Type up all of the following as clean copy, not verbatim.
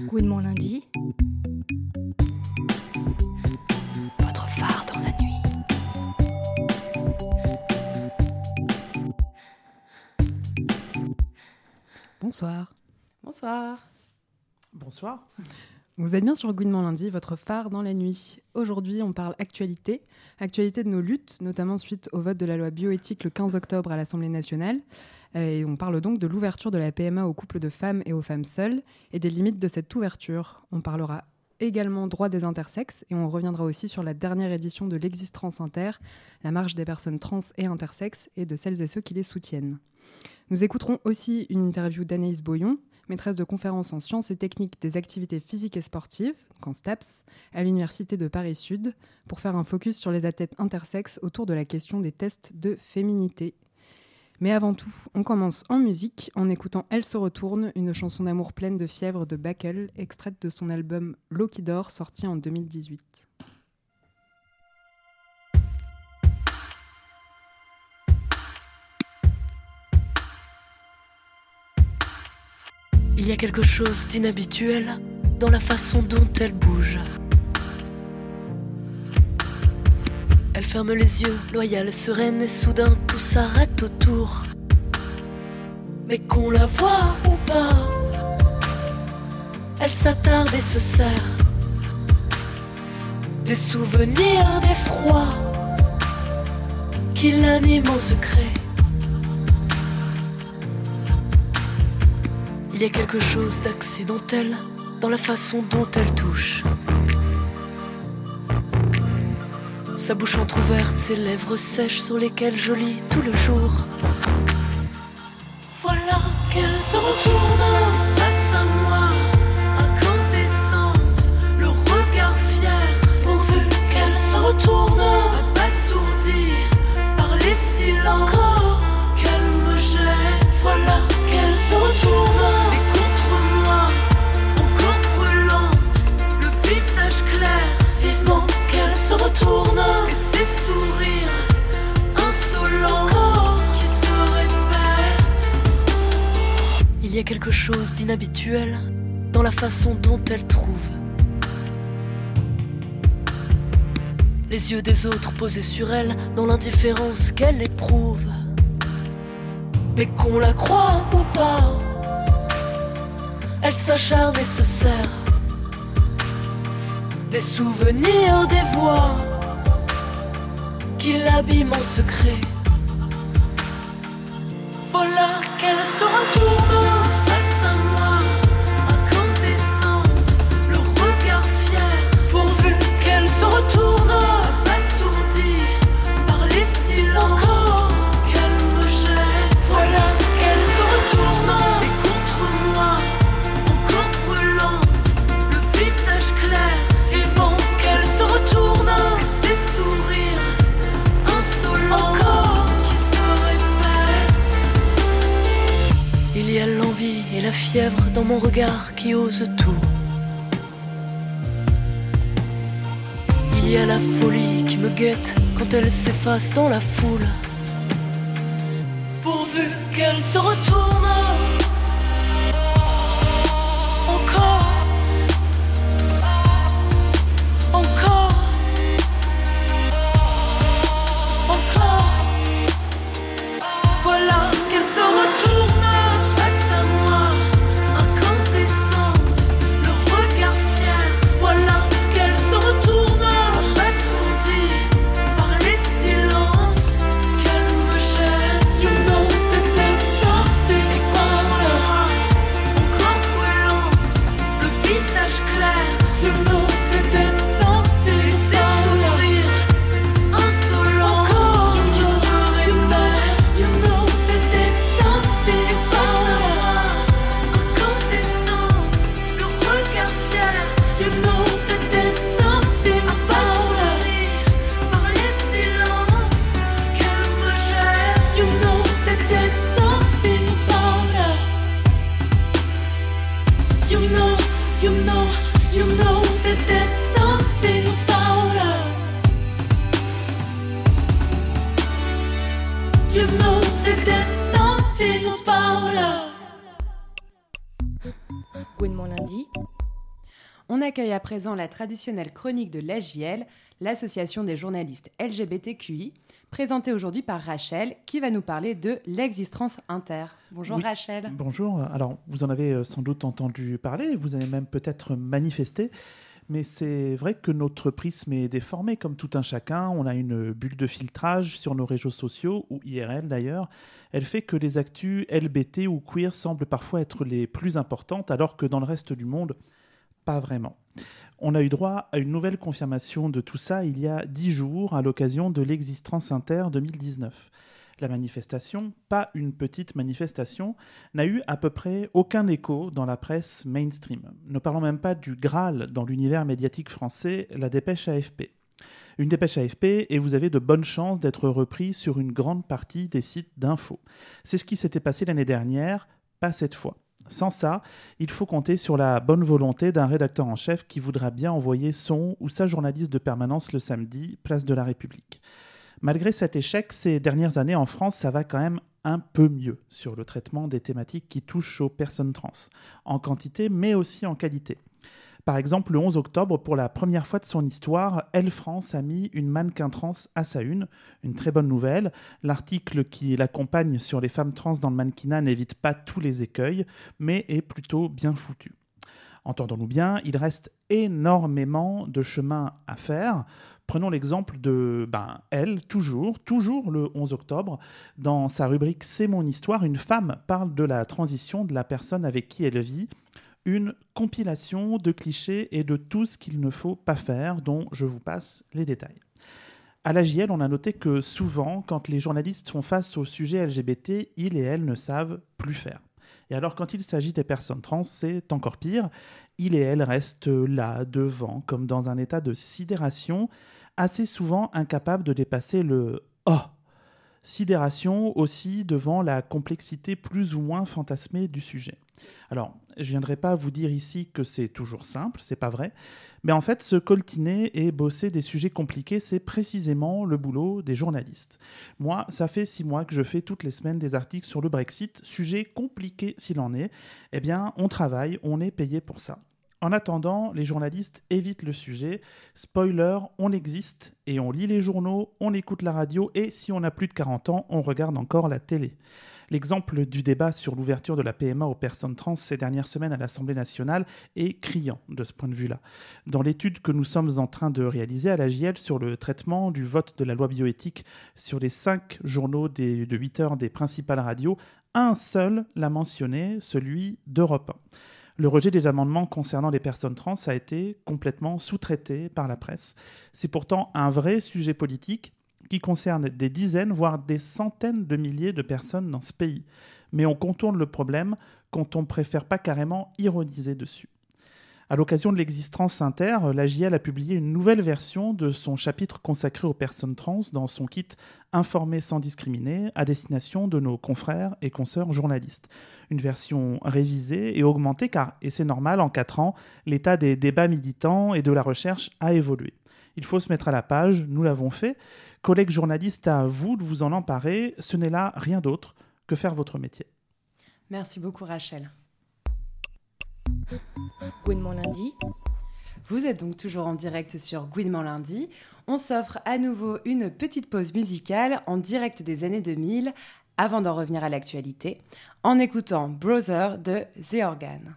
Gouinement lundi. Votre phare dans la nuit. Bonsoir. Bonsoir. Bonsoir. Vous êtes bien sur Gouinement lundi, votre phare dans la nuit. Aujourd'hui, on parle actualité. Actualité de nos luttes, notamment suite au vote de la loi bioéthique le 15 octobre à l'Assemblée nationale. Et on parle donc de l'ouverture de la PMA aux couples de femmes et aux femmes seules et des limites de cette ouverture. On parlera également droit des intersexes et on reviendra aussi sur la dernière édition de l'Existence Inter, la marche des personnes trans et intersexes et de celles et ceux qui les soutiennent. Nous écouterons aussi une interview d'Anaïs Boyon, maîtresse de conférences en sciences et techniques des activités physiques et sportives, en STAPS, à l'Université de Paris-Sud, pour faire un focus sur les athlètes intersexes autour de la question des tests de féminité. Mais avant tout, on commence en musique en écoutant Elle se retourne, une chanson d'amour pleine de fièvre de Backel, extraite de son album L'eau qui dort, sorti en 2018. Il y a quelque chose d'inhabituel dans la façon dont elle bouge. Elle ferme les yeux, loyale, sereine, et soudain tout s'arrête autour. Mais qu'on la voie ou pas, elle s'attarde et se serre. Des souvenirs d'effroi qui l'animent en secret. Il y a quelque chose d'accidentel dans la façon dont elle touche. Sa bouche entrouverte, ses lèvres sèches sur lesquelles je lis tout le jour. Voilà qu'elle se retourne face à moi, incandescente, le regard fier, pourvu qu'elle se retourne, abasourdie par les silences qu'elle me jette. Voilà qu'elle se retourne et contre moi, encore brûlante, le visage clair, vivement qu'elle se retourne et ses sourires insolents qui se répètent. Il y a quelque chose d'inhabituel dans la façon dont elle trouve. Les yeux des autres posés sur elle dans l'indifférence qu'elle éprouve. Mais qu'on la croie ou pas, elle s'acharne et se serre. Des souvenirs, des voix qui l'abîment en secret. Voilà qu'elle se retourne face à moi, incandescente, le regard fier, pourvu qu'elle se retourne, abasourdie par les silences qu'elle me jette. Voilà qu'elle se retourne et contre moi, encore brûlante, le visage clair, vivant qu'elle se retourne et ses sourires insolents encore qui se répètent. Il y a l'envie et la fièvre dans mon regard qui ose tout. Il y a la folie qui me guette quand elle s'efface dans la foule. Pourvu qu'elle se retourne encore, encore, encore. Voilà qu'elle se retourne face à moi, incandescente, le regard fier. Voilà qu'elle se retourne, abasourdie par les silences qu'elle me jette. You know that there's something about her, encore brûlante, le visage clair. You know that there's something about her, insolent qui se répète. You know that there's something about her, incandescente, le regard fier. You know that there's something about her, par les silences qu'elle me jette. You know that there's something about her. You know that there's something about her. You know that there's something about her. Gouinement lundi. On accueille à présent la traditionnelle chronique de l'AJL, l'association des journalistes LGBTQI, présentée aujourd'hui par Rachel, qui va nous parler de l'ex-trans inter. Bonjour Oui. Rachel. Bonjour. Alors, vous en avez sans doute entendu parler, vous avez même peut-être manifesté, mais c'est vrai que notre prisme est déformé comme tout un chacun. On a une bulle de filtrage sur nos réseaux sociaux, ou IRL d'ailleurs. Elle fait que les actus LBT ou queer semblent parfois être les plus importantes, alors que dans le reste du monde, pas vraiment. On a eu droit à une nouvelle confirmation de tout ça il y a 10 jours à l'occasion de l'ex-trans inter 2019. La manifestation, pas une petite manifestation, n'a eu à peu près aucun écho dans la presse mainstream. Ne parlons même pas du Graal dans l'univers médiatique français, la dépêche AFP. Une dépêche AFP et vous avez de bonnes chances d'être repris sur une grande partie des sites d'infos. C'est ce qui s'était passé l'année dernière, pas cette fois. Sans ça, il faut compter sur la bonne volonté d'un rédacteur en chef qui voudra bien envoyer son ou sa journaliste de permanence le samedi, place de la République. Malgré cet échec, ces dernières années en France, ça va quand même un peu mieux sur le traitement des thématiques qui touchent aux personnes trans, en quantité mais aussi en qualité. Par exemple, le 11 octobre, pour la première fois de son histoire, Elle France a mis une mannequin trans à sa une très bonne nouvelle. L'article qui l'accompagne sur les femmes trans dans le mannequinat n'évite pas tous les écueils, mais est plutôt bien foutu. Entendons-nous bien, il reste énormément de chemin à faire. Prenons l'exemple de Elle, toujours le 11 octobre, dans sa rubrique « C'est mon histoire », une femme parle de la transition de la personne avec qui elle vit, une compilation de clichés et de tout ce qu'il ne faut pas faire, dont je vous passe les détails. À l'AJL, on a noté que souvent, quand les journalistes font face au sujet LGBT, ils et elles ne savent plus faire. Et alors, quand il s'agit des personnes trans, c'est encore pire. Ils et elles restent là, devant, comme dans un état de sidération, assez souvent incapables de dépasser le « oh ». Sidération aussi devant la complexité plus ou moins fantasmée du sujet. Alors, je ne viendrai pas vous dire ici que c'est toujours simple, c'est pas vrai, mais en fait, se coltiner et bosser des sujets compliqués, c'est précisément le boulot des journalistes. Moi, ça fait 6 mois que je fais toutes les semaines des articles sur le Brexit, sujet compliqué s'il en est. Eh bien, on travaille, on est payé pour ça. En attendant, les journalistes évitent le sujet. Spoiler, on existe et on lit les journaux, on écoute la radio et si on a plus de 40 ans, on regarde encore la télé. L'exemple du débat sur l'ouverture de la PMA aux personnes trans ces dernières semaines à l'Assemblée nationale est criant de ce point de vue-là. Dans l'étude que nous sommes en train de réaliser à l'AJL sur le traitement du vote de la loi bioéthique sur les 5 journaux de 8 heures des principales radios, un seul l'a mentionné, celui d'Europe 1. Le rejet des amendements concernant les personnes trans a été complètement sous-traité par la presse. C'est pourtant un vrai sujet politique qui concerne des dizaines, voire des centaines de milliers de personnes dans ce pays. Mais on contourne le problème quand on préfère pas carrément ironiser dessus. À l'occasion de l'ex-trans inter, l'AJL a publié une nouvelle version de son chapitre consacré aux personnes trans dans son kit « Informer sans discriminer » à destination de nos confrères et consoeurs journalistes. Une version révisée et augmentée car, et c'est normal, en 4 ans, l'état des débats militants et de la recherche a évolué. Il faut se mettre à la page, nous l'avons fait. Collègues journalistes, à vous de vous en emparer, ce n'est là rien d'autre que faire votre métier. Merci beaucoup Rachel. Gouinement lundi. Vous êtes donc toujours en direct sur Gouinement lundi. On s'offre à nouveau une petite pause musicale en direct des années 2000 avant d'en revenir à l'actualité en écoutant Brother de The Organ.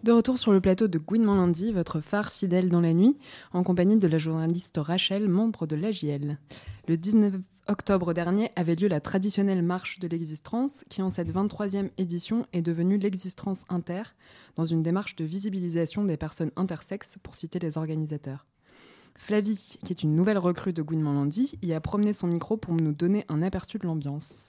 De retour sur le plateau de Gouinement lundi, votre phare fidèle dans la nuit, en compagnie de la journaliste Rachel, membre de l'AJL. Le 19 octobre dernier avait lieu la traditionnelle marche de l'existence, qui en cette 23e édition est devenue l'existence inter, dans une démarche de visibilisation des personnes intersexes, pour citer les organisateurs. Flavie, qui est une nouvelle recrue de Gouinement lundi, y a promené son micro pour nous donner un aperçu de l'ambiance.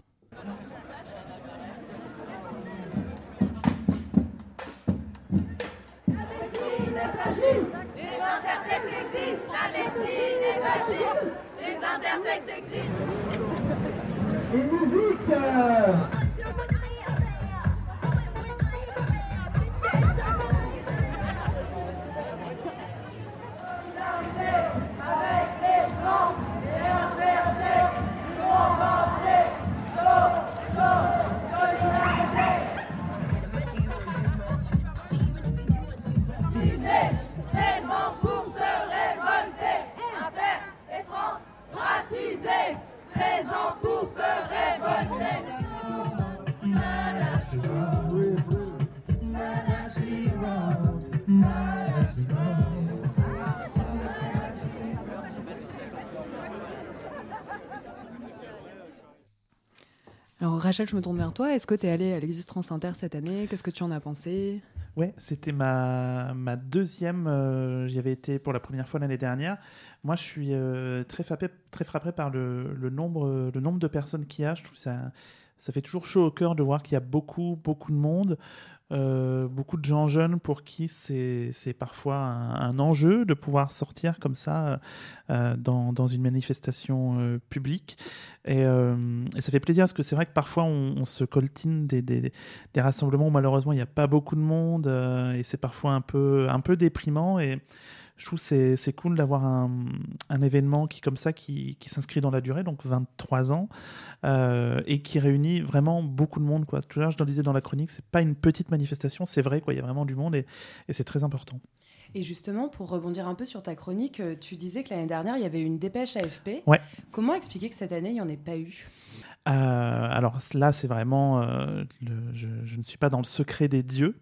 Les intersexes existent, la médecine est fasciste. Les intersexes existent. Avec les trans et intersexes, nous on marcher. Solidarité. Présent pour se révolter, inter et trans, racisés, présent pour se révolter. Alors Rachel, je me tourne vers toi. Est-ce que tu es allée à l'existence inter cette année ? Qu'est-ce que tu en as pensé ? Ouais, c'était ma deuxième. J'y avais été pour la première fois l'année dernière. Moi, je suis très frappé par le nombre de personnes qu'il y a. Je trouve ça fait toujours chaud au cœur de voir qu'il y a beaucoup de monde. Beaucoup de gens jeunes pour qui c'est parfois un enjeu de pouvoir sortir comme ça dans une manifestation publique et ça fait plaisir parce que c'est vrai que parfois on se coltine des rassemblements où malheureusement il n'y a pas beaucoup de monde et c'est parfois un peu déprimant et je trouve que c'est cool d'avoir un événement qui s'inscrit dans la durée, donc 23 ans, et qui réunit vraiment beaucoup de monde, quoi. Tout à l'heure, je le disais dans la chronique, c'est pas une petite manifestation, c'est vrai, quoi. Il y a vraiment du monde et c'est très important. Et justement, pour rebondir un peu sur ta chronique, tu disais que l'année dernière, il y avait eu une dépêche AFP. Ouais. Comment expliquer que cette année, il n'y en ait pas eu ? Alors là, c'est vraiment... je ne suis pas dans le secret des dieux.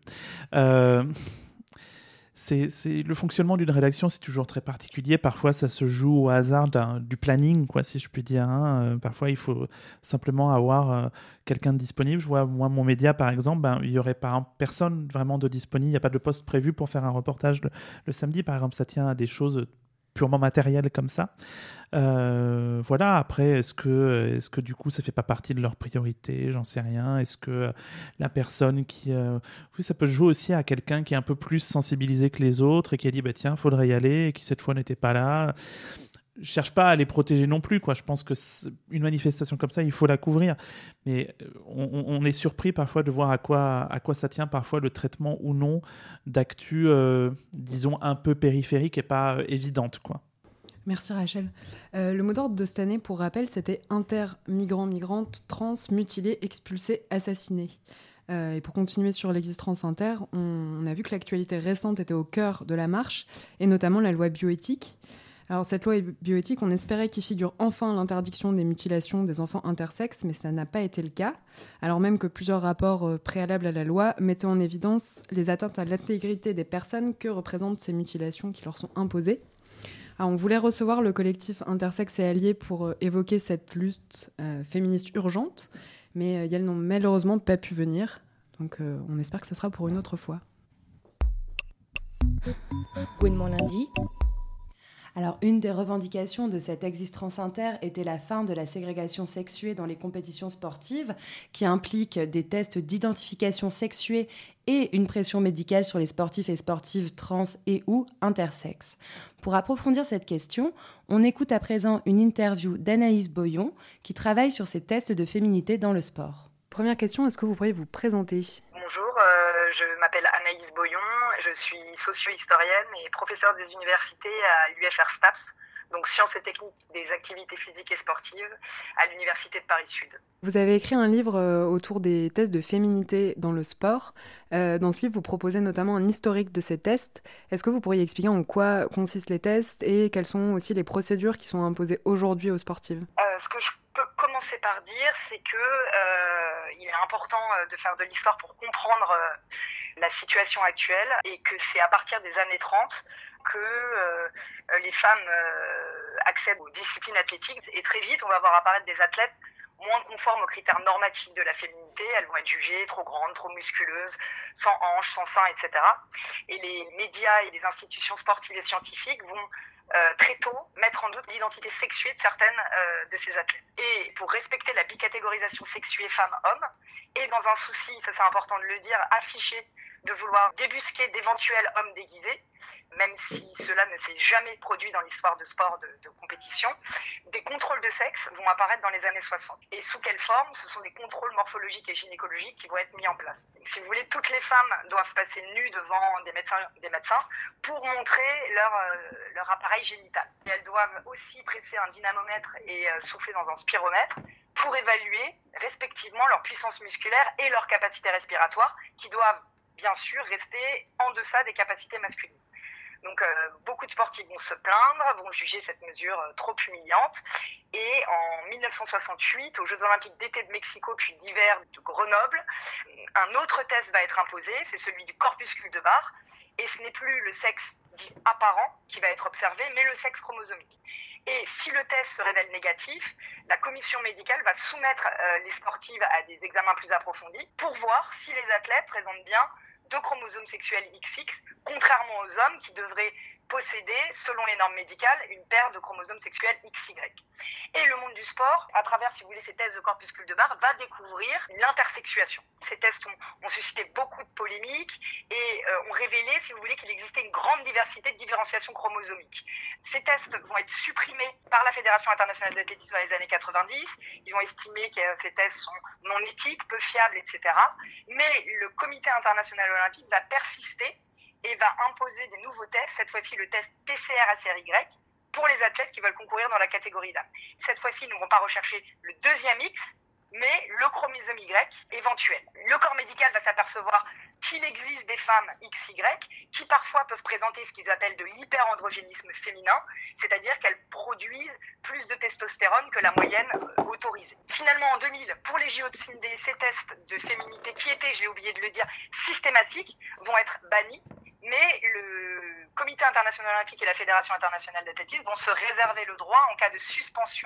C'est le fonctionnement d'une rédaction, c'est toujours très particulier. Parfois, ça se joue au hasard du planning, quoi, si je puis dire. Parfois, il faut simplement avoir quelqu'un de disponible. Je vois, moi, mon média, par exemple, il n'y aurait personne vraiment de disponible. Il n'y a pas de poste prévu pour faire un reportage le samedi. Par exemple, ça tient à des choses purement matérielles comme ça. Voilà, après, est-ce que du coup, ça ne fait pas partie de leur priorité ? J'en sais rien. Est-ce que la personne qui... Oui, ça peut jouer aussi à quelqu'un qui est un peu plus sensibilisé que les autres et qui a dit, tiens, il faudrait y aller, et qui cette fois n'était pas là. Je ne cherche pas à les protéger non plus, quoi. Je pense que une manifestation comme ça, il faut la couvrir. Mais on est surpris parfois de voir à quoi ça tient parfois le traitement ou non d'actu, disons, un peu périphérique et pas évidente, quoi. Merci Rachel. Le mot d'ordre de cette année, pour rappel, c'était inter, migrants, migrantes, trans, mutilés, expulsés, assassinés. Et pour continuer sur l'existence inter, on a vu que l'actualité récente était au cœur de la marche, et notamment la loi bioéthique. Alors cette loi bioéthique, on espérait qu'il figure enfin l'interdiction des mutilations des enfants intersexes, mais ça n'a pas été le cas, alors même que plusieurs rapports préalables à la loi mettaient en évidence les atteintes à l'intégrité des personnes que représentent ces mutilations qui leur sont imposées. Alors, on voulait recevoir le collectif Intersexe et Alliés pour évoquer cette lutte féministe urgente, mais elles n'ont malheureusement pas pu venir. Donc on espère que ce sera pour une autre fois. Gouinement lundi. Alors, une des revendications de cette existence inter était la fin de la ségrégation sexuée dans les compétitions sportives, qui implique des tests d'identification sexuée et une pression médicale sur les sportifs et sportives trans et ou intersexes. Pour approfondir cette question, on écoute à présent une interview d'Anaïs Boyon, qui travaille sur ces tests de féminité dans le sport. Première question, est-ce que vous pourriez vous présenter ? Bonjour, je m'appelle Anaïs Boyon, je suis socio-historienne et professeure des universités à l'UFR STAPS, donc sciences et techniques des activités physiques et sportives à l'université de Paris-Sud. Vous avez écrit un livre autour des tests de féminité dans le sport. Dans ce livre, vous proposez notamment un historique de ces tests. Est-ce que vous pourriez expliquer en quoi consistent les tests et quelles sont aussi les procédures qui sont imposées aujourd'hui aux sportives ? Ce que je peux commencer commencer par dire, c'est que il est important de faire de l'histoire pour comprendre la situation actuelle et que c'est à partir des années 30 que les femmes accèdent aux disciplines athlétiques et très vite on va voir apparaître des athlètes moins conformes aux critères normatifs de la féminité. Elles vont être jugées trop grandes, trop musculeuses, sans hanches, sans seins, etc. Et les médias et les institutions sportives et scientifiques vont très tôt mettre en doute l'identité sexuée de certaines de ces athlètes. Et pour respecter la bicatégorisation sexuée femmes-hommes, et dans un souci, ça c'est important de le dire, affiché de vouloir débusquer d'éventuels hommes déguisés, même si cela ne s'est jamais produit dans l'histoire de sport de compétition, des contrôles de sexe vont apparaître dans les années 60. Et sous quelle forme? Ce sont des contrôles morphologiques et gynécologiques qui vont être mis en place. Si vous voulez, toutes les femmes doivent passer nues devant des médecins pour montrer leur appareil génital. Et elles doivent aussi presser un dynamomètre et souffler dans un spiromètre pour évaluer respectivement leur puissance musculaire et leur capacité respiratoire qui doivent bien sûr rester en deçà des capacités masculines. Donc beaucoup de sportifs vont se plaindre, vont juger cette mesure trop humiliante. Et en 1968, aux Jeux Olympiques d'été de Mexico puis d'hiver de Grenoble, un autre test va être imposé, c'est celui du corpuscule de Barre. Et ce n'est plus le sexe dit apparent qui va être observé, mais le sexe chromosomique. Et si le test se révèle négatif, la commission médicale va soumettre les sportives à des examens plus approfondis pour voir si les athlètes présentent bien 2 chromosomes sexuels XX, contrairement aux hommes qui devraient posséder, selon les normes médicales, une paire de chromosomes sexuels XY. Et le monde du sport, à travers, si vous voulez, ces tests de corpuscule de Barre, va découvrir l'intersexuation. Ces tests ont suscité beaucoup de polémiques et ont révélé, si vous voulez, qu'il existait une grande diversité de différenciation chromosomique. Ces tests vont être supprimés par la Fédération internationale d'athlétisme dans les années 90. Ils vont estimer que ces tests sont non éthiques, peu fiables, etc. Mais le Comité international olympique va persister et va imposer des nouveaux tests, cette fois-ci le test PCR-ACR-Y, pour les athlètes qui veulent concourir dans la catégorie dames. Cette fois-ci, ils ne vont pas rechercher le deuxième X, mais le chromosome Y éventuel. Le corps médical va s'apercevoir qu'il existe des femmes XY qui parfois peuvent présenter ce qu'ils appellent de l'hyperandrogénisme féminin, c'est-à-dire qu'elles produisent plus de testostérone que la moyenne autorisée. Finalement, en 2000, pour les JO de Sydney, ces tests de féminité qui étaient, j'ai oublié de le dire, systématiques, vont être bannis, mais le Comité international olympique et la Fédération internationale d'athlétisme vont se réserver le droit, en cas de suspicion,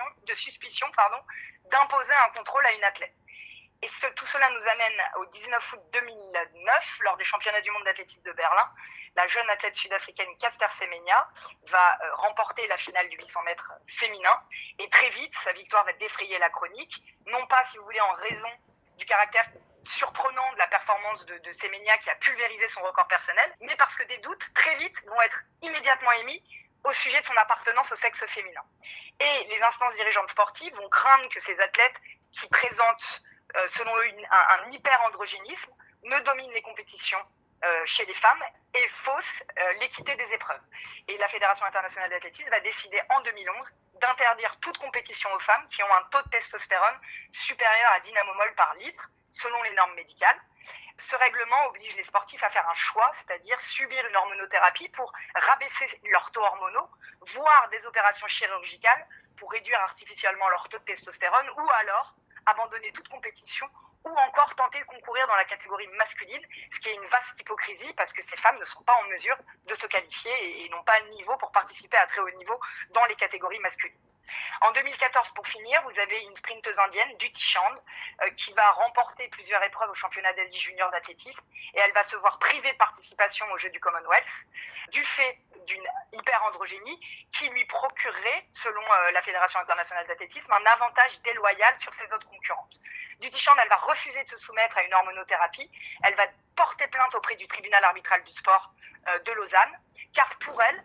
d'imposer un contrôle à une athlète. Et tout cela nous amène au 19 août 2009, lors des championnats du monde d'athlétisme de Berlin. La jeune athlète sud-africaine Caster Semenya va remporter la finale du 800 mètres féminin. Et très vite, sa victoire va défrayer la chronique, non pas, si vous voulez, en raison du caractère surprenant de la performance de Semenya qui a pulvérisé son record personnel, mais parce que des doutes, très vite, vont être immédiatement émis au sujet de son appartenance au sexe féminin. Et les instances dirigeantes sportives vont craindre que ces athlètes qui présentent, selon eux, un hyperandrogénisme, ne dominent les compétitions chez les femmes et faussent l'équité des épreuves. Et la Fédération internationale d'athlétisme va décider en 2011 d'interdire toute compétition aux femmes qui ont un taux de testostérone supérieur à 10 nanomol par litre, selon les normes médicales. Ce règlement oblige les sportifs à faire un choix, c'est-à-dire subir une hormonothérapie pour rabaisser leurs taux hormonaux, voire des opérations chirurgicales pour réduire artificiellement leur taux de testostérone, ou alors abandonner toute compétition, ou encore tenter de concourir dans la catégorie masculine, ce qui est une vaste hypocrisie parce que ces femmes ne sont pas en mesure de se qualifier et n'ont pas le niveau pour participer à très haut niveau dans les catégories masculines. En 2014, pour finir, vous avez une sprinteuse indienne, Dutee Chand, qui va remporter plusieurs épreuves au championnat d'Asie junior d'athlétisme et elle va se voir privée de participation aux Jeux du Commonwealth du fait d'une hyperandrogénie qui lui procurerait, selon la Fédération internationale d'athlétisme, un avantage déloyal sur ses autres concurrentes. Dutee Chand, elle va refuser de se soumettre à une hormonothérapie, elle va porter plainte auprès du tribunal arbitral du sport de Lausanne, car pour elle,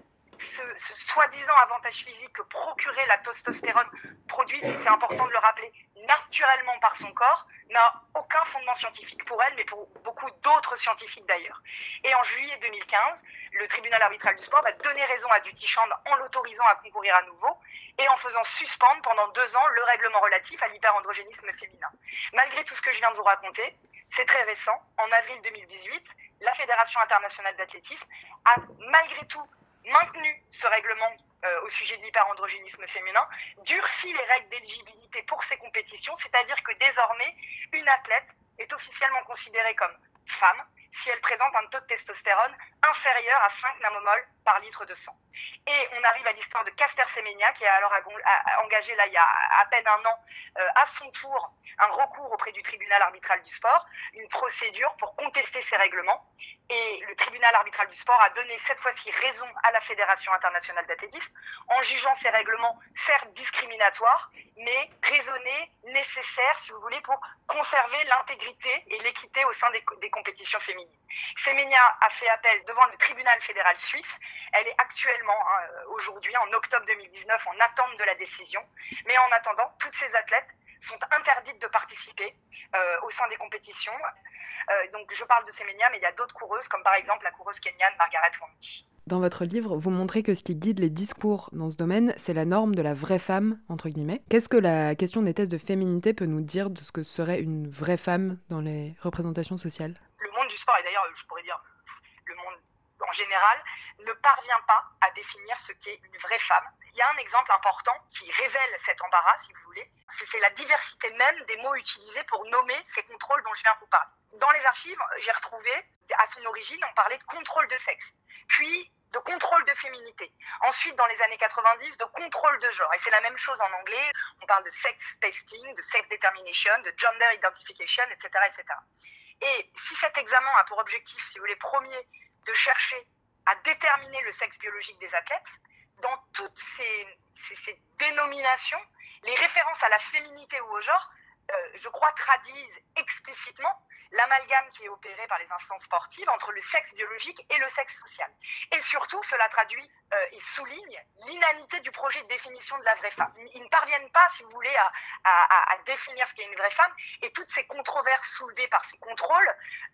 ce soi-disant avantage physique que procurait la testostérone produite, c'est important de le rappeler, naturellement par son corps, n'a aucun fondement scientifique pour elle, mais pour beaucoup d'autres scientifiques d'ailleurs. Et en juillet 2015, le tribunal arbitral du sport va donner raison à Dutee Chand en l'autorisant à concourir à nouveau et en faisant suspendre pendant 2 ans le règlement relatif à l'hyperandrogénisme féminin. Malgré tout ce que je viens de vous raconter, c'est très récent. En avril 2018, la Fédération internationale d'athlétisme a malgré tout maintenu ce règlement au sujet de l'hyperandrogénisme féminin, durcit les règles d'éligibilité pour ces compétitions, c'est-à-dire que désormais, une athlète est officiellement considérée comme femme si elle présente un taux de testostérone inférieur à 5 nanomoles par litre de sang. Et on arrive à l'histoire de Caster Semenya, qui a alors engagé, là, il y a à peine un an, à son tour, un recours auprès du tribunal arbitral du sport, une procédure pour contester ces règlements. Et le tribunal arbitral du sport a donné cette fois-ci raison à la Fédération internationale d'athlétisme en jugeant ces règlements certes discriminatoires, mais raisonnés, nécessaires, si vous voulez, pour conserver l'intégrité et l'équité au sein des compétitions féminines. Semenya a fait appel devant le tribunal fédéral suisse. Elle est actuellement, aujourd'hui, en octobre 2019, en attente de la décision. Mais en attendant, toutes ces athlètes sont interdites de participer au sein des compétitions. Donc je parle de Semenya, mais il y a d'autres coureuses, comme par exemple la coureuse kenyane Margaret Wangui. Dans votre livre, vous montrez que ce qui guide les discours dans ce domaine, c'est la norme de la vraie femme, entre guillemets. Qu'est-ce que la question des tests de féminité peut nous dire de ce que serait une vraie femme dans les représentations sociales ? Le monde du sport, et d'ailleurs je pourrais dire le monde en général, ne parvient pas à définir ce qu'est une vraie femme. Il y a un exemple important qui révèle cet embarras, si vous voulez. C'est la diversité même des mots utilisés pour nommer ces contrôles dont je viens vous parler. Dans les archives, j'ai retrouvé, à son origine, on parlait de contrôle de sexe, puis de contrôle de féminité. Ensuite, dans les années 90, de contrôle de genre. Et c'est la même chose en anglais. On parle de sex testing, de sex determination, de gender identification, etc., etc. Et si cet examen a pour objectif, si vous voulez, premier, de chercher à déterminer le sexe biologique des athlètes, dans toutes ces dénominations, les références à la féminité ou au genre, je crois, traduisent explicitement l'amalgame qui est opéré par les instances sportives entre le sexe biologique et le sexe social. Et surtout, cela traduit et souligne l'inanité du projet de définition de la vraie femme. Ils ne parviennent pas, si vous voulez, à définir ce qu'est une vraie femme, et toutes ces controverses soulevées par ces contrôles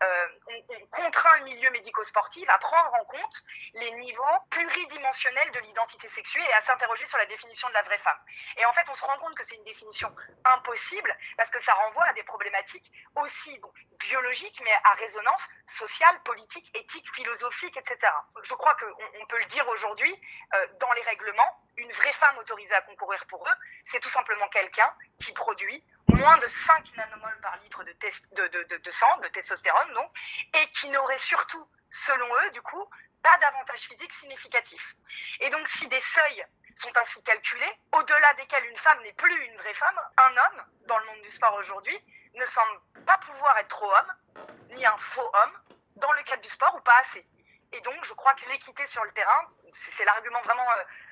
ont contraint le milieu médico-sportif à prendre en compte les niveaux pluridimensionnels de l'identité sexuée et à s'interroger sur la définition de la vraie femme. Et en fait, on se rend compte que c'est une définition impossible parce que ça renvoie à des problématiques aussi donc, biologiques, mais à résonance sociale, politique, éthique, philosophique, etc. Je crois qu'on peut le dire aujourd'hui, dans les règlements, une vraie femme autorisée à concourir pour eux, c'est tout simplement quelqu'un qui produit moins de 5 nanomoles par litre de sang, de testostérone donc, et qui n'aurait surtout, selon eux, du coup, pas d'avantage physique significatif. Et donc, si des seuils sont ainsi calculés, au-delà desquels une femme n'est plus une vraie femme, un homme, dans le monde du sport aujourd'hui, ne semble pas pouvoir être trop homme, ni un faux homme, dans le cadre du sport ou pas assez. Et donc, je crois que l'équité sur le terrain, c'est l'argument vraiment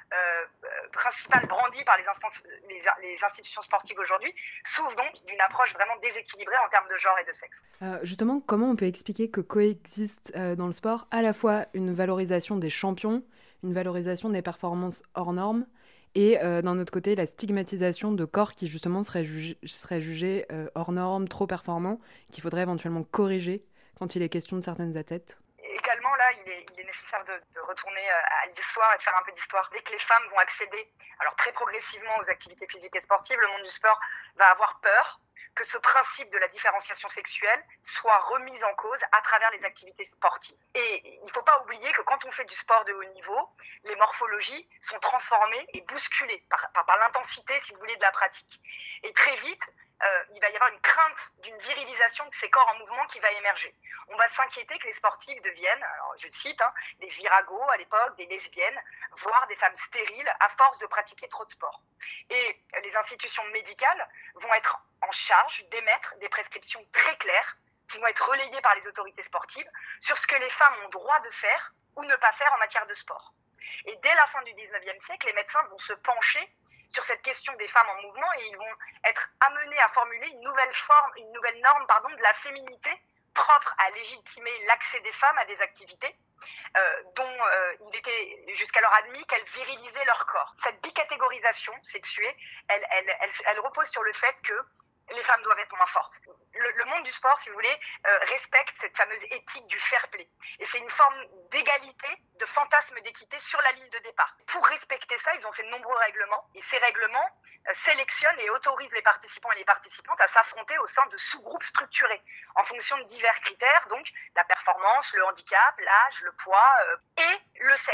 principal brandi par les institutions sportives aujourd'hui, souffre donc d'une approche vraiment déséquilibrée en termes de genre et de sexe. Justement, comment on peut expliquer que coexiste dans le sport à la fois une valorisation des champions, une valorisation des performances hors normes, et d'un autre côté, la stigmatisation de corps qui justement seraient jugés hors normes, trop performants, qu'il faudrait éventuellement corriger quand il est question de certaines athlètes? Également, là, il est nécessaire de retourner à l'histoire et de faire un peu d'histoire. Dès que les femmes vont accéder, alors très progressivement, aux activités physiques et sportives, le monde du sport va avoir peur que ce principe de la différenciation sexuelle soit remis en cause à travers les activités sportives. Et il ne faut pas oublier que quand on fait du sport de haut niveau, les morphologies sont transformées et bousculées par l'intensité, si vous voulez, de la pratique. Et très vite, il va y avoir une crainte d'une virilisation de ces corps en mouvement qui va émerger. On va s'inquiéter que les sportives deviennent, alors je cite, des viragos à l'époque, des lesbiennes, voire des femmes stériles à force de pratiquer trop de sport. Et les institutions médicales vont être en charge d'émettre des prescriptions très claires qui vont être relayées par les autorités sportives sur ce que les femmes ont droit de faire ou ne pas faire en matière de sport. Et dès la fin du 19e siècle, les médecins vont se pencher sur cette question des femmes en mouvement et ils vont être amenés à formuler une nouvelle norme de la féminité propre à légitimer l'accès des femmes à des activités dont il était jusqu'alors admis qu'elles virilisaient leur corps. Cette bicatégorisation sexuée, elle repose sur le fait que les femmes doivent être moins fortes. Le monde du sport, si vous voulez, respecte cette fameuse éthique du fair play. Et c'est une forme d'égalité, de fantasme d'équité sur la ligne de départ. Pour respecter ça, ils ont fait de nombreux règlements. Et ces règlements sélectionnent et autorisent les participants et les participantes à s'affronter au sein de sous-groupes structurés, en fonction de divers critères, donc la performance, le handicap, l'âge, le poids et le sexe.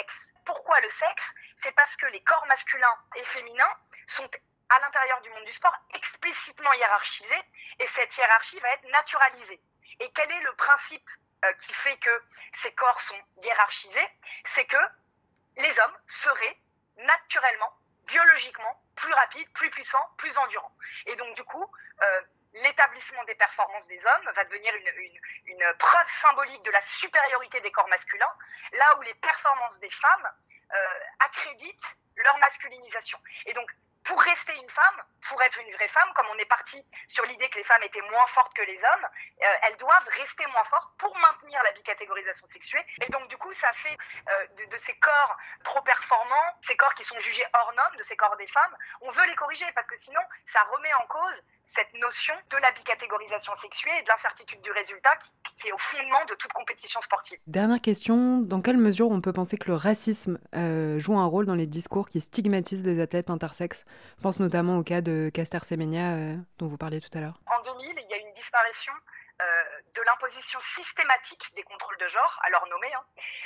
pourquoi le sexe? C'est parce que les corps masculins et féminins sont à l'intérieur du monde du sport explicitement hiérarchisés, et cette hiérarchie va être naturalisée. Et quel est le principe qui fait que ces corps sont hiérarchisés? C'est que les hommes seraient naturellement, biologiquement, plus rapides, plus puissants, plus endurants. Et donc du coup, l'établissement des performances des hommes va devenir une preuve symbolique de la supériorité des corps masculins, là où les performances des femmes accréditent leur masculinisation. Et donc, pour rester une femme, pour être une vraie femme, comme on est parti sur l'idée que les femmes étaient moins fortes que les hommes, elles doivent rester moins fortes pour maintenir la bicatégorisation sexuée. Et donc du coup, ça fait de ces corps trop performants, ces corps qui sont jugés hors normes, de ces corps des femmes, on veut les corriger parce que sinon, ça remet en cause cette notion de la bicatégorisation sexuée et de l'incertitude du résultat qui est au fondement de toute compétition sportive. Dernière question, dans quelle mesure on peut penser que le racisme joue un rôle dans les discours qui stigmatisent les athlètes intersexes? Je pense notamment au cas de Caster Semenya dont vous parliez tout à l'heure. En 2000, il y a une disparition de l'imposition systématique des contrôles de genre, alors nommés,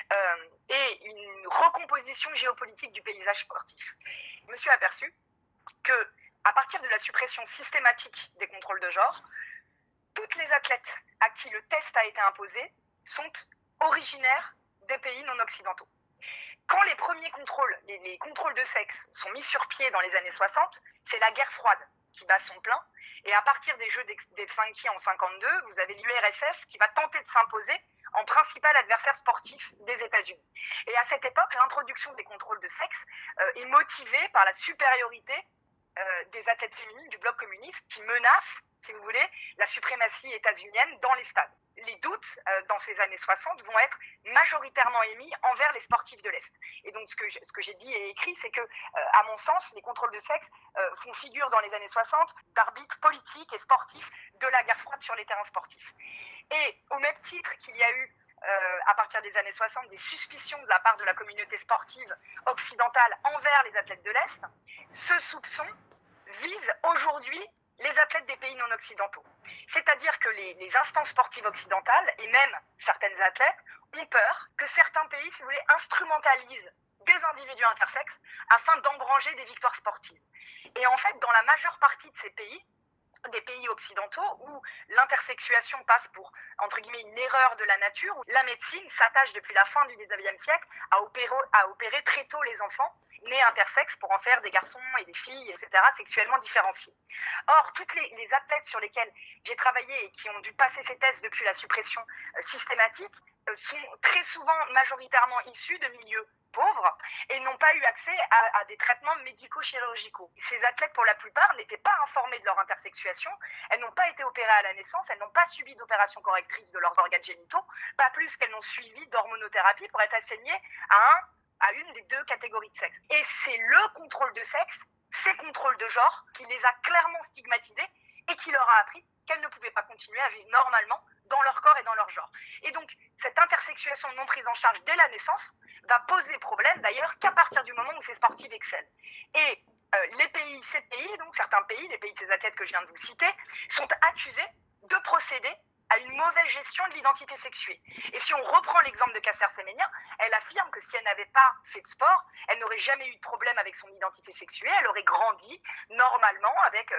et une recomposition géopolitique du paysage sportif. Je me suis aperçu que à partir de la suppression systématique des contrôles de genre, toutes les athlètes à qui le test a été imposé sont originaires des pays non occidentaux. Quand les premiers contrôles, les contrôles de sexe sont mis sur pied dans les années 60, c'est la guerre froide qui bat son plein. Et à partir des Jeux d'Helsinki en 52, vous avez l'URSS qui va tenter de s'imposer en principal adversaire sportif des États-Unis. Et à cette époque, l'introduction des contrôles de sexe est motivée par la supériorité des athlètes féminines du bloc communiste qui menacent, si vous voulez, la suprématie états-unienne dans les stades. Les doutes, dans ces années 60, vont être majoritairement émis envers les sportifs de l'Est. Et donc, ce que j'ai dit et écrit, c'est que, à mon sens, les contrôles de sexe font figure dans les années 60 d'arbitres politiques et sportifs de la guerre froide sur les terrains sportifs. Et au même titre qu'il y a eu à partir des années 60, des suspicions de la part de la communauté sportive occidentale envers les athlètes de l'Est, ce soupçon vise aujourd'hui les athlètes des pays non occidentaux. C'est-à-dire que les instances sportives occidentales, et même certaines athlètes, ont peur que certains pays, si vous voulez, instrumentalisent des individus intersexes afin d'engranger des victoires sportives. Et en fait, dans la majeure partie de ces pays, des pays occidentaux où l'intersexuation passe pour, entre guillemets, une erreur de la nature, où la médecine s'attache depuis la fin du 19e siècle à opérer très tôt les enfants nés intersexes pour en faire des garçons et des filles, etc., sexuellement différenciés. Or, toutes les athlètes sur lesquels j'ai travaillé et qui ont dû passer ces tests depuis la suppression systématique sont très souvent majoritairement issus de milieux pauvres et n'ont pas eu accès à des traitements médico-chirurgicaux. Ces athlètes, pour la plupart, n'étaient pas informées de leur intersexuation, elles n'ont pas été opérées à la naissance, elles n'ont pas subi d'opération correctrice de leurs organes génitaux, pas plus qu'elles n'ont suivi d'hormonothérapie pour être assignées à une des deux catégories de sexe. Et c'est le contrôle de sexe, ces contrôles de genre, qui les a clairement stigmatisées et qui leur a appris qu'elles ne pouvaient pas continuer à vivre normalement dans leur corps et dans leur genre. Et donc, cette intersexuation non prise en charge dès la naissance va poser problème d'ailleurs qu'à partir du moment où ces sportifs excellent. Et ces pays, donc certains pays, les pays de ces athlètes que je viens de vous citer, sont accusés de procéder à une mauvaise gestion de l'identité sexuée. Et si on reprend l'exemple de Caster Semenya, elle affirme que si elle n'avait pas fait de sport, elle n'aurait jamais eu de problème avec son identité sexuée, elle aurait grandi normalement avec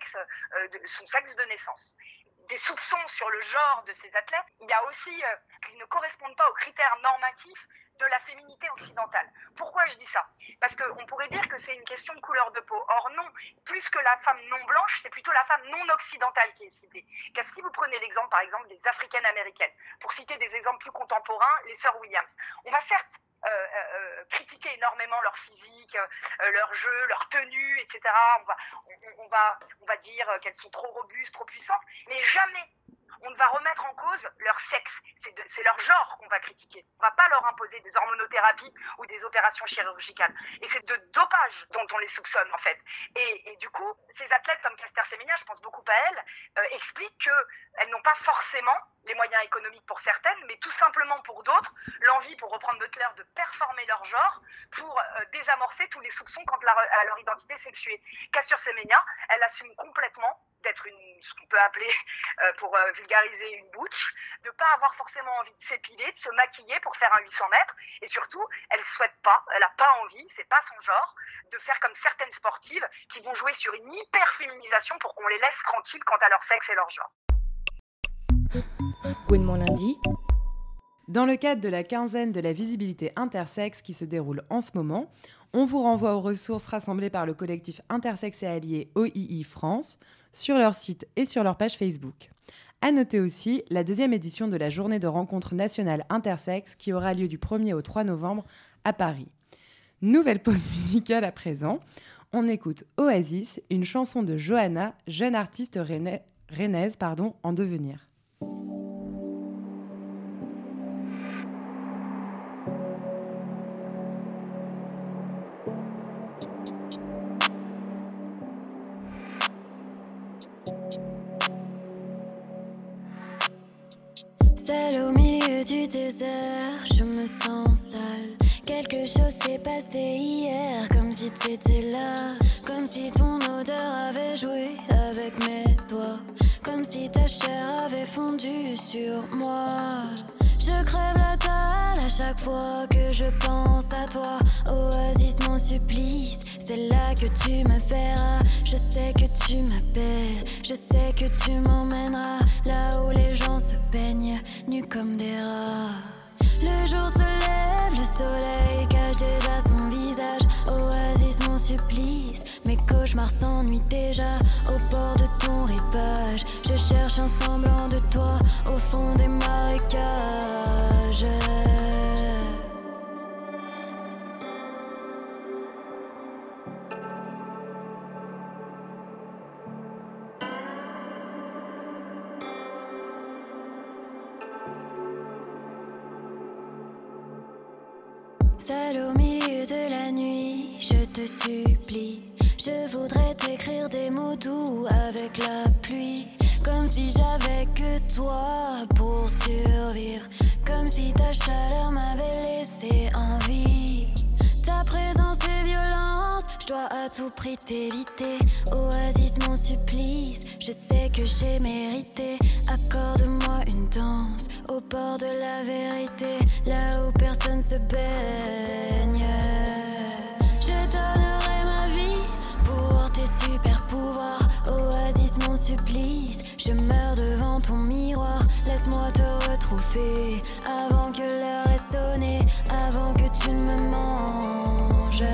son sexe de naissance. Des soupçons sur le genre de ces athlètes, il y a aussi qu'ils ne correspondent pas aux critères normatifs de la féminité occidentale. Pourquoi je dis ça? Parce qu'on pourrait dire que c'est une question de couleur de peau. Or non, plus que la femme non blanche, c'est plutôt la femme non occidentale qui est ciblée. Car si vous prenez l'exemple, par exemple, des africaines américaines, pour citer des exemples plus contemporains, les sœurs Williams, on va certes critiquer énormément leur physique, leur jeu, leur tenue, etc. On va dire qu'elles sont trop robustes, trop puissantes, mais jamais on ne va remettre en cause leur sexe. C'est leur genre qu'on va critiquer. On ne va pas leur imposer des hormonothérapies ou des opérations chirurgicales. Et c'est de dopage dont on les soupçonne, en fait. Et du coup, ces athlètes comme Caster Semenya, je pense beaucoup à elles, expliquent qu'elles n'ont pas forcément les moyens économiques pour certaines, mais tout simplement pour d'autres, l'envie, pour reprendre Butler, de performer leur genre pour désamorcer tous les soupçons quant à leur identité sexuée. Caster Semenya, elle assume complètement d'être ce qu'on peut appeler, pour vulgariser, une butch, de ne pas avoir forcément envie de s'épiler, de se maquiller pour faire un 800 mètres. Et surtout, elle ne souhaite pas, elle n'a pas envie, c'est pas son genre, de faire comme certaines sportives qui vont jouer sur une hyper-féminisation pour qu'on les laisse tranquilles quant à leur sexe et leur genre. Gwen mon lundi. Dans le cadre de la quinzaine de la visibilité intersexe qui se déroule en ce moment, on vous renvoie aux ressources rassemblées par le collectif Intersexe et Alliés OII France sur leur site et sur leur page Facebook. À noter aussi la 2e édition de la journée de rencontre nationale intersexe qui aura lieu du 1er au 3 novembre à Paris. Nouvelle pause musicale à présent. On écoute Oasis, une chanson de Johanna, jeune artiste rennaise en devenir. Seule au milieu du désert, je me sens sale. Quelque chose s'est passé hier, comme si t'étais là. Comme si ton odeur avait joué avec mes doigts. Comme si ta chair avait fondu sur moi. Je crève la dalle à chaque fois que je pense à toi. Oasis, mon supplice, c'est là que tu me verras. Je sais que tu m'appelles, je sais que tu m'emmèneras là où les gens se baignent, nus comme des rats. Le jour se lève, le soleil cache déjà son visage. Oasis, mon supplice, mes cauchemars s'ennuient déjà. Au bord de ton rivage, je cherche un semblant de toi au fond des marécages. Seul au milieu de la nuit, je te supplie. Je voudrais t'écrire des mots doux avec la pluie. Comme si j'avais que toi pour survivre. Comme si ta chaleur m'avait laissé en vie. Ta présence et violence, je dois à tout prix t'éviter. Oasis, mon supplice, je sais que j'ai mérité. Accorde-moi une danse au bord de la vérité, là où personne se baigne. Je donnerai ma vie pour tes super pouvoirs. Oasis, mon supplice, je meurs devant ton miroir. Laisse-moi te retrouver avant que l'heure ait sonné, avant que tu ne me manges.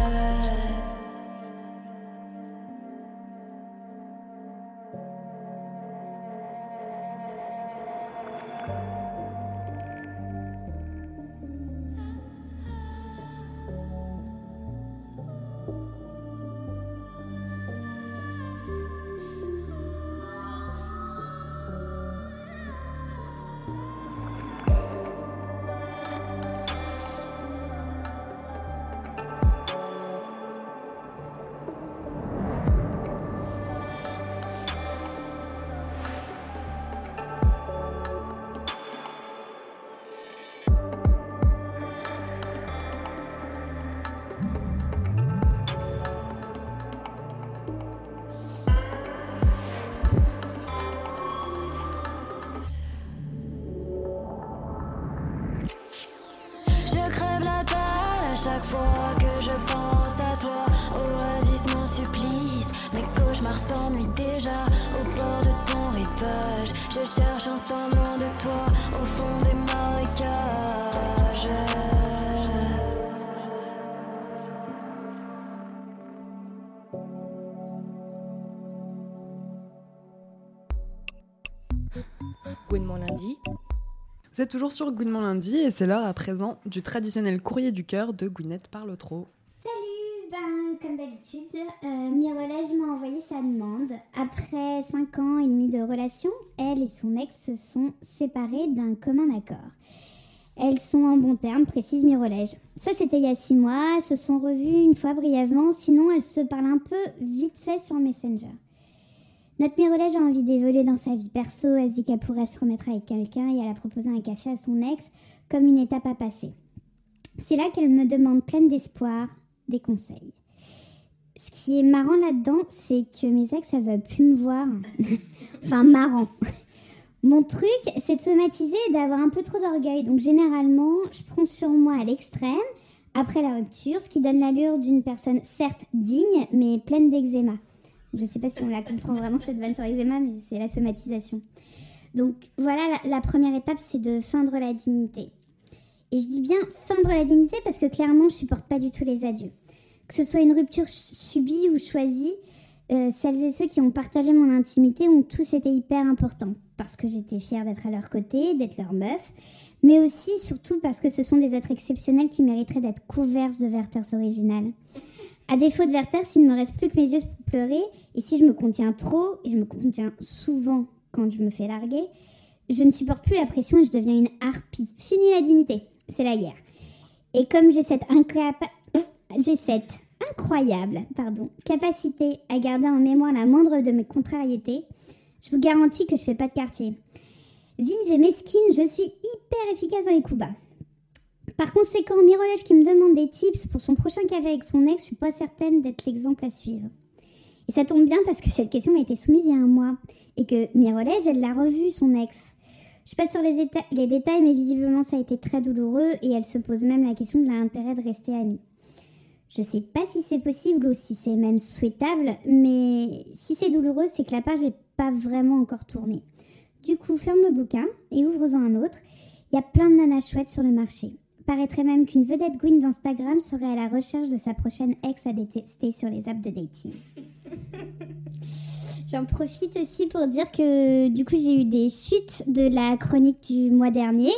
Chaque fois que je pense à toi, Oasis, mon supplice, mes cauchemars s'ennuient déjà. Au bord de ton rivage, je cherche un semblant de toi au fond des marécages. Gwen mon lundi. Vous êtes toujours sur Good Mon Lundi et c'est l'heure à présent du traditionnel courrier du cœur de Gwyneth Parle Trop. Salut, comme d'habitude, Mirolège m'a envoyé sa demande. Après 5 ans et demi de relation, elle et son ex se sont séparés d'un commun accord. Elles sont en bons termes, précise Mirolège. Ça, c'était il y a 6 mois, elles se sont revues une fois brièvement, sinon elles se parlent un peu vite fait sur Messenger. Notre Mirolège a envie d'évoluer dans sa vie perso, elle dit qu'elle pourrait se remettre avec quelqu'un et elle a proposé un café à son ex comme une étape à passer. C'est là qu'elle me demande pleine d'espoir des conseils. Ce qui est marrant là-dedans, c'est que mes ex, elles veulent plus me voir. Enfin, marrant. Mon truc, c'est de somatiser et d'avoir un peu trop d'orgueil. Donc, généralement, je prends sur moi à l'extrême, après la rupture, ce qui donne l'allure d'une personne, certes digne, mais pleine d'eczéma. Je ne sais pas si on la comprend vraiment, cette vanne sur l'eczéma, mais c'est la somatisation. Donc, voilà, la première étape, c'est de feindre la dignité. Et je dis bien feindre la dignité parce que clairement, je ne supporte pas du tout les adieux. Que ce soit une rupture subie ou choisie, celles et ceux qui ont partagé mon intimité ont tous été hyper importants. Parce que j'étais fière d'être à leur côté, d'être leur meuf, mais aussi, surtout, parce que ce sont des êtres exceptionnels qui mériteraient d'être couverts de Werther's original. À défaut de Werther's, il ne me reste plus que mes yeux pour pleurer, et si je me contiens trop, et je me contiens souvent quand je me fais larguer, je ne supporte plus la pression et je deviens une harpie. Fini la dignité, c'est la guerre. Et comme j'ai cette incroyable capacité à garder en mémoire la moindre de mes contrariétés, je vous garantis que je fais pas de quartier. Vive et mesquine, je suis hyper efficace dans les coups bas. Par conséquent, Mirolège qui me demande des tips pour son prochain café avec son ex, je suis pas certaine d'être l'exemple à suivre. Et ça tombe bien parce que cette question m'a été soumise il y a un mois et que Mirolège, elle l'a revu, son ex. Je passe sur les détails, mais visiblement ça a été très douloureux et elle se pose même la question de l'intérêt de rester amie. Je sais pas si c'est possible ou si c'est même souhaitable, mais si c'est douloureux, c'est que la page n'est pas vraiment encore tournée. Du coup, ferme le bouquin et ouvre-en un autre. Il y a plein de nanas chouettes sur le marché. Paraîtrait même qu'une vedette Gwyn d'Instagram serait à la recherche de sa prochaine ex à détester sur les apps de dating. J'en profite aussi pour dire que du coup, j'ai eu des suites de la chronique du mois dernier.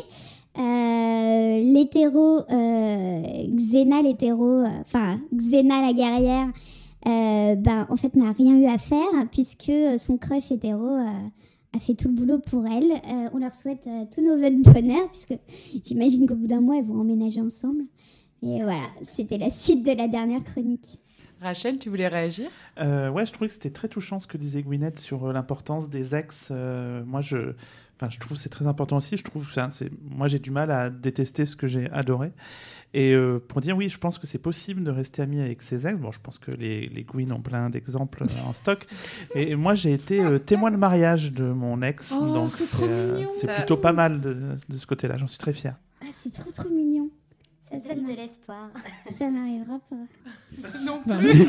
Xena la guerrière, en fait n'a rien eu à faire puisque son crush hétéro a fait tout le boulot pour elle. On leur souhaite tous nos vœux de bonheur puisque j'imagine qu'au bout d'un mois elles vont emménager ensemble. Et voilà, c'était la suite de la dernière chronique. Rachel, tu voulais réagir ? Ouais, je trouvais que c'était très touchant ce que disait Gwyneth sur l'importance des ex. Moi, je trouve que c'est très important aussi. Moi, j'ai du mal à détester ce que j'ai adoré. Et pour dire, oui, je pense que c'est possible de rester ami avec ses ex. Bon, je pense que les Gwyn ont plein d'exemples en stock. Et moi, j'ai été témoin de mariage de mon ex. Oh, donc c'est trop mignon. C'est plutôt pas mal de ce côté-là. J'en suis très fier. Ah, c'est trop mignon. Ça donne de l'espoir. Ça m'arrivera pas. Non plus.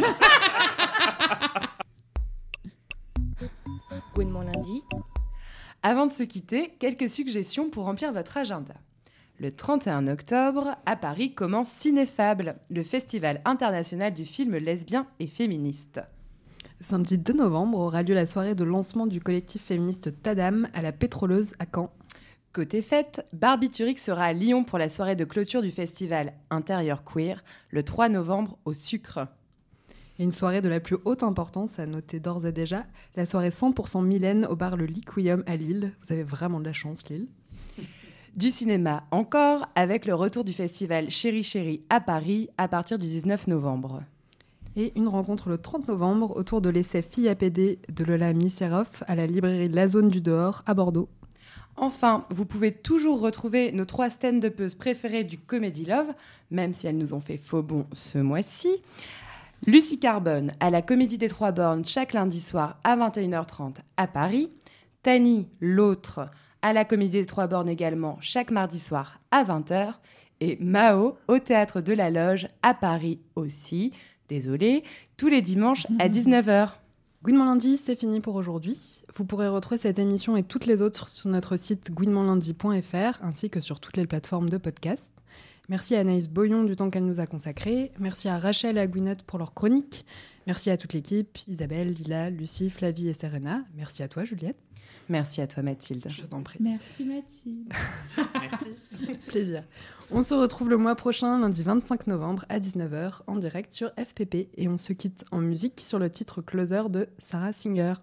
Gwen mon lundi. Avant de se quitter, quelques suggestions pour remplir votre agenda. Le 31 octobre, à Paris, commence Cinéfable, le festival international du film lesbien et féministe. Samedi 2 novembre aura lieu la soirée de lancement du collectif féministe Tadam à la Pétroleuse à Caen. Côté fête, Barbiturique sera à Lyon pour la soirée de clôture du festival Intérieur Queer, le 3 novembre au Sucre. Et une soirée de la plus haute importance, à noter d'ores et déjà, la soirée 100% Mylène au bar Le Liquium à Lille. Vous avez vraiment de la chance, Lille. Du cinéma encore, avec le retour du festival Chéri Chéri à Paris à partir du 19 novembre. Et une rencontre le 30 novembre autour de l'essai Fille APD de Lola Miserov à la librairie La Zone du Dehors à Bordeaux. Enfin, vous pouvez toujours retrouver nos 3 stand-upeuses préférées du Comedy Love, même si elles nous ont fait faux bond ce mois-ci. Lucie Carbone à la Comédie des Trois Bornes chaque lundi soir à 21h30 à Paris. Tani, l'autre, à la Comédie des Trois Bornes également chaque mardi soir à 20h. Et Mao au Théâtre de la Loge à Paris aussi. Désolée, tous les dimanches à 19h. Gouinement lundi, c'est fini pour aujourd'hui. Vous pourrez retrouver cette émission et toutes les autres sur notre site gouinementlundi.fr ainsi que sur toutes les plateformes de podcast. Merci à Anaïs Boyon du temps qu'elle nous a consacré. Merci à Rachel et à Gwyneth pour leur chronique. Merci à toute l'équipe, Isabelle, Lila, Lucie, Flavie et Serena. Merci à toi, Juliette. Merci à toi, Mathilde. Je t'en prie. Merci, Mathilde. Merci. Plaisir. On se retrouve le mois prochain, lundi 25 novembre à 19h, en direct sur FPP. Et on se quitte en musique sur le titre Closer de Sarah Singer.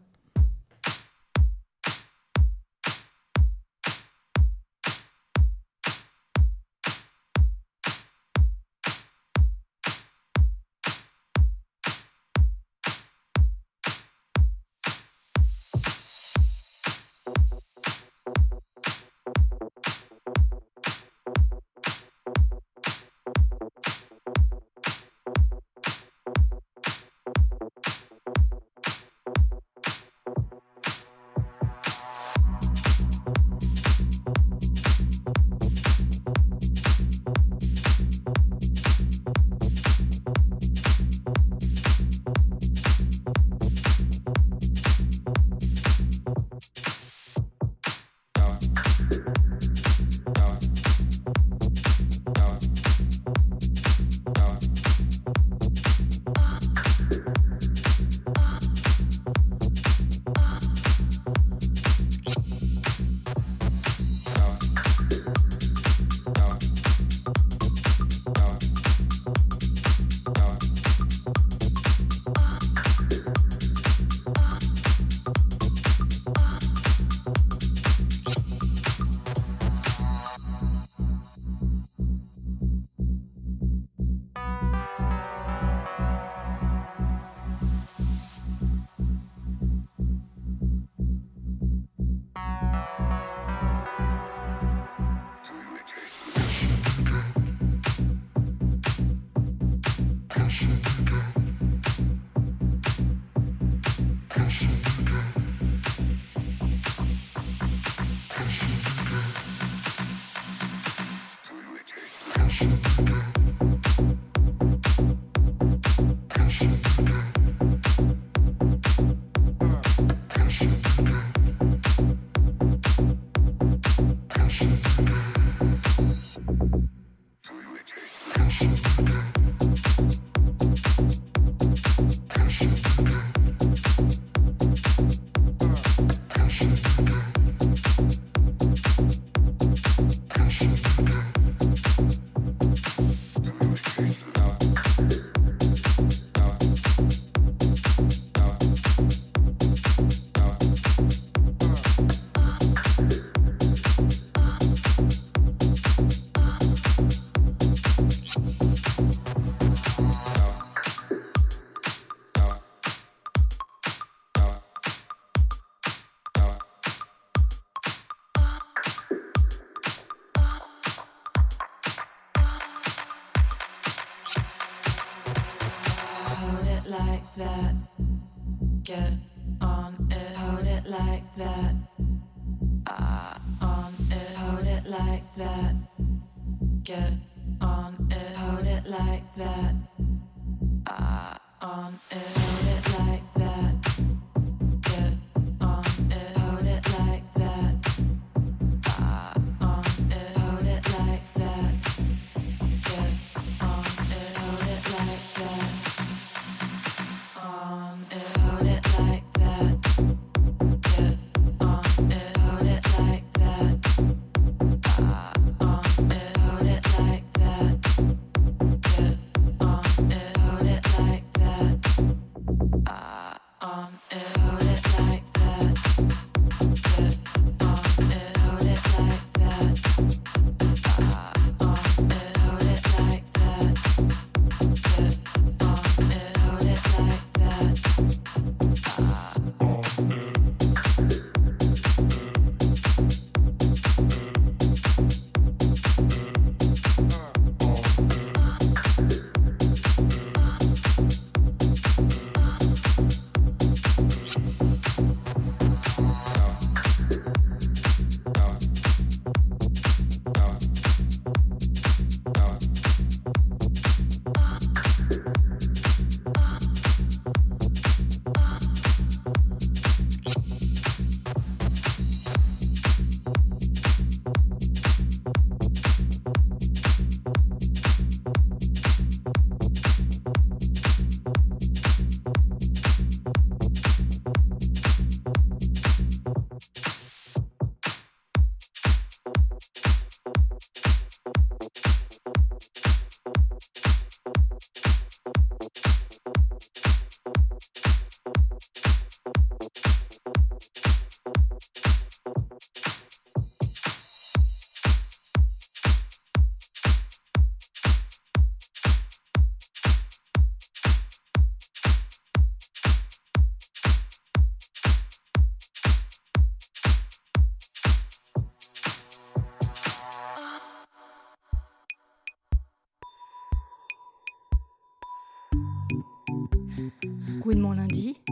Hold it like that. Get on it. Hold it like that. On it. Hold it like that. Get on it. Hold it like that. On it. Hold it like that. Get on it. Hold it like that. On it. Hold it like that. Get on it. Hold it like that. On it, hold it like that. Get on it, hold it like that. On it, hold it like that. Get on it, hold it like that. On it, hold it like that. Get on it, hold it like that. On it, hold it like that. Get on it, hold it like that. Gouinement lundi,